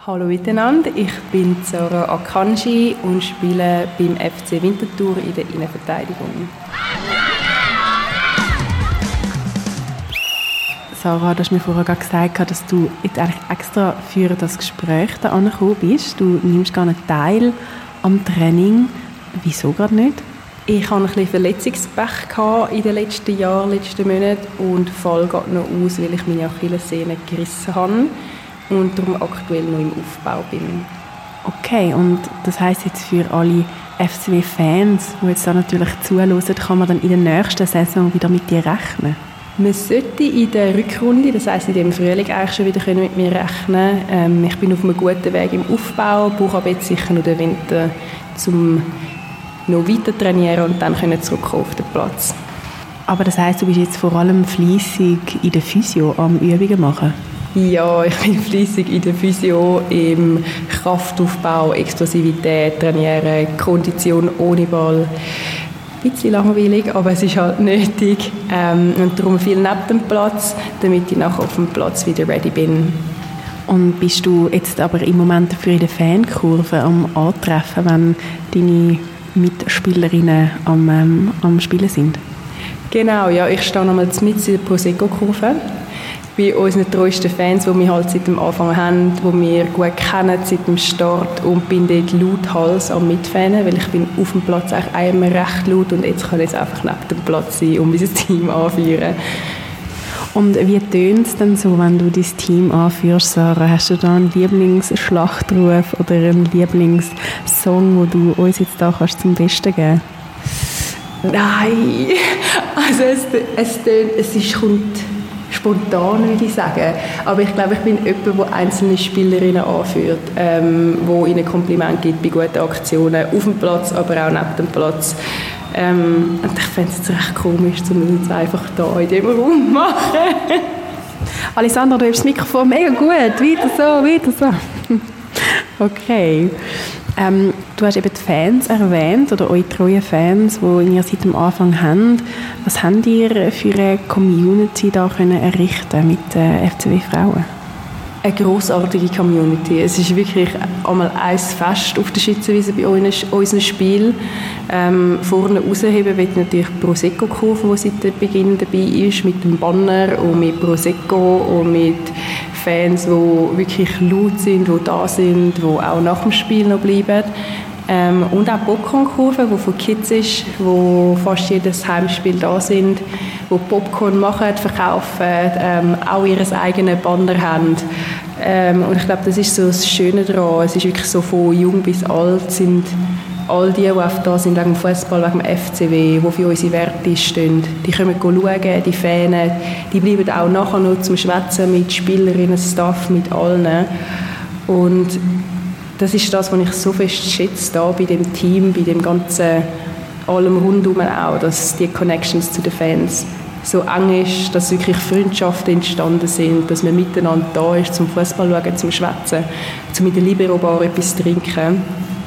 Hallo miteinander, ich bin Sarah Akanji und spiele beim FC Winterthur in der Innenverteidigung. Sarah, du hast mir vorher gesagt, dass du jetzt eigentlich extra für das Gespräch da angekommen bist. Du nimmst gar nicht teil am Training. Wieso gerade nicht? Ich hatte ein bisschen Verletzungspech in den letzten Jahren, letzten Monaten und falle gerade noch aus, weil ich meine Achillessehne gerissen habe und darum aktuell noch im Aufbau bin. Okay, und das heisst jetzt für alle FCW-Fans, die jetzt da natürlich zuhören, kann man dann in der nächsten Saison wieder mit dir rechnen? Man sollte in der Rückrunde, das heisst in dem Frühling, eigentlich schon wieder mit mir rechnen. Ich bin auf einem guten Weg im Aufbau, brauche aber jetzt sicher noch den Winter, um noch weiter trainieren und dann zurückkommen auf den Platz. Aber das heisst, du bist jetzt vor allem fleissig in der Physio am Übungen machen? Ja, ich bin fleissig in der Physio, im Kraftaufbau, Explosivität trainieren, Kondition ohne Ball. Ein bisschen langweilig, aber es ist halt nötig. Und darum viel neben dem Platz, damit ich nachher auf dem Platz wieder ready bin. Und bist du jetzt aber im Moment dafür in der Fankurve am Antreffen, wenn deine Mitspielerinnen am Spielen sind? Genau, ja, ich stehe nochmal mit in der Prosecco-Kurve. Bei unseren treuesten Fans, die wir halt seit dem Anfang haben, die wir gut kennen seit dem Start, und bin dort lauthals am Mitfanen, weil ich bin auf dem Platz eigentlich immer recht laut und jetzt kann ich einfach neben dem Platz sein und mein Team anführen. Und wie tönt es denn so, wenn du dein Team anführst, Sarah? Hast du da einen Lieblingsschlachtruf oder einen Lieblingssong, den du uns jetzt da kannst zum Besten geben? Nein, also es kommt spontan, würde ich sagen. Aber ich glaube, ich bin jemand, der einzelne Spielerinnen anführt, wo ihnen Komplimente gibt bei guten Aktionen, auf dem Platz, aber auch neben dem Platz. Und ich fände es jetzt recht komisch, um das jetzt einfach da in diesem Raum machen. Alessandra, du hast das Mikrofon mega gut. Weiter so. Okay. Du hast eben die Fans erwähnt, oder eure treuen Fans, die ihr seit dem Anfang habt. Was habt ihr für eine Community da können errichten mit FCW-Frauen? Eine grossartige Community. Es ist wirklich einmal ein Fest auf der Schützenwiese bei unseren Spielen. Vorne rausheben will natürlich die Prosecco-Kurve, die seit Beginn dabei ist, mit dem Banner und mit Prosecco und mit Fans, die wirklich laut sind, die da sind, die auch nach dem Spiel noch bleiben. Und auch die Popcorn-Kurve, die von Kids ist, wo fast jedes Heimspiel da sind, die Popcorn machen, verkaufen, auch ihr eigenes Banner haben. Und ich glaube, das ist so das Schöne daran. Es ist wirklich so, von jung bis alt sind all die auch da sind wegen dem Fußball, wegen dem FCW, die für unsere Werte stehen. Die können schauen, die Fans, die bleiben auch nachher noch zum Schwätzen mit Spielerinnen, Staff, mit allen. Und das ist das, was ich so fest schätze da bei dem Team, bei dem ganzen, allem rundum auch, dass die Connections zu den Fans so eng ist, dass wirklich Freundschaften entstanden sind, dass man miteinander da ist, zum Fußball schauen, zum Schwätzen, zum mit der Libero-Bar etwas trinken.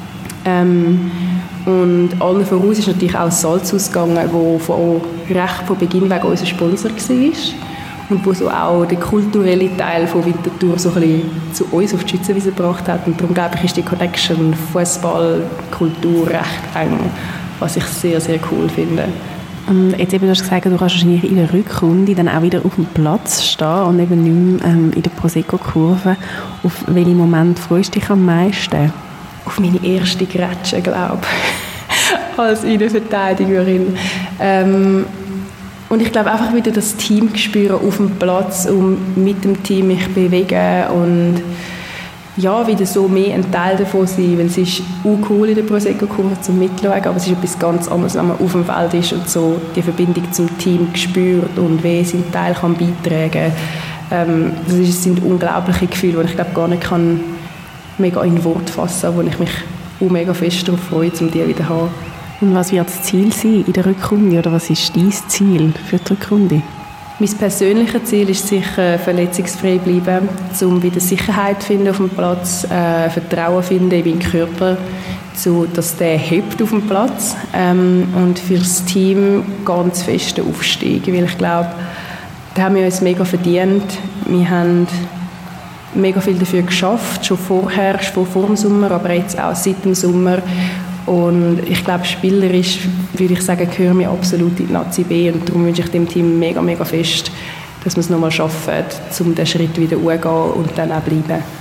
Und allen voraus ist natürlich auch Salz ausgegangen, wo von Beginn weg unser Sponsor war. Und wo so auch der kulturelle Teil von Winterthur so ein bisschen zu uns auf die Schützenwiese gebracht hat. Und darum, glaube ich, ist die Connection Fußball, Kultur recht eng, was ich sehr, sehr cool finde. Und jetzt eben, du hast gesagt, du kannst wahrscheinlich in der Rückrunde dann auch wieder auf dem Platz stehen und eben nicht mehr in der Prosecco-Kurve. Auf welchen Moment freust du dich am meisten? Auf meine erste Grätsche, glaube ich, als Innenverteidigerin. Und ich glaube einfach wieder das Team spüren auf dem Platz und mit dem Team mich bewegen und ja, wieder so mehr ein Teil davon sein, weil es ist auch cool in der Prosecco-Kurve zum Mitschauen, aber es ist etwas ganz anderes, wenn man auf dem Feld ist und so die Verbindung zum Team spürt und wie sein Teil kann beitragen kann. Das sind unglaubliche Gefühle, die ich glaube gar nicht kann mega in Wort fassen, wo ich mich auch mega fest darauf freue, um die wieder zu haben. Und was wird das Ziel sein in der Rückrunde, oder was ist dein Ziel für die Rückrunde? Mein persönliches Ziel ist sicher, verletzungsfrei bleiben, um wieder Sicherheit finden auf dem Platz, Vertrauen finden in meinen Körper, so dass der hebt auf dem Platz, und für das Team ganz fest aufsteigen, weil ich glaube, da haben wir uns mega verdient. Wir haben mega viel dafür geschafft, schon vorher, schon vor dem Sommer, aber jetzt auch seit dem Sommer. Und ich glaube, spielerisch, würde ich sagen, gehören wir absolut in die Nazi B. Und darum wünsche ich dem Team mega, mega fest, dass wir es nochmal schaffen, um den Schritt wieder hochzugehen und dann auch bleiben.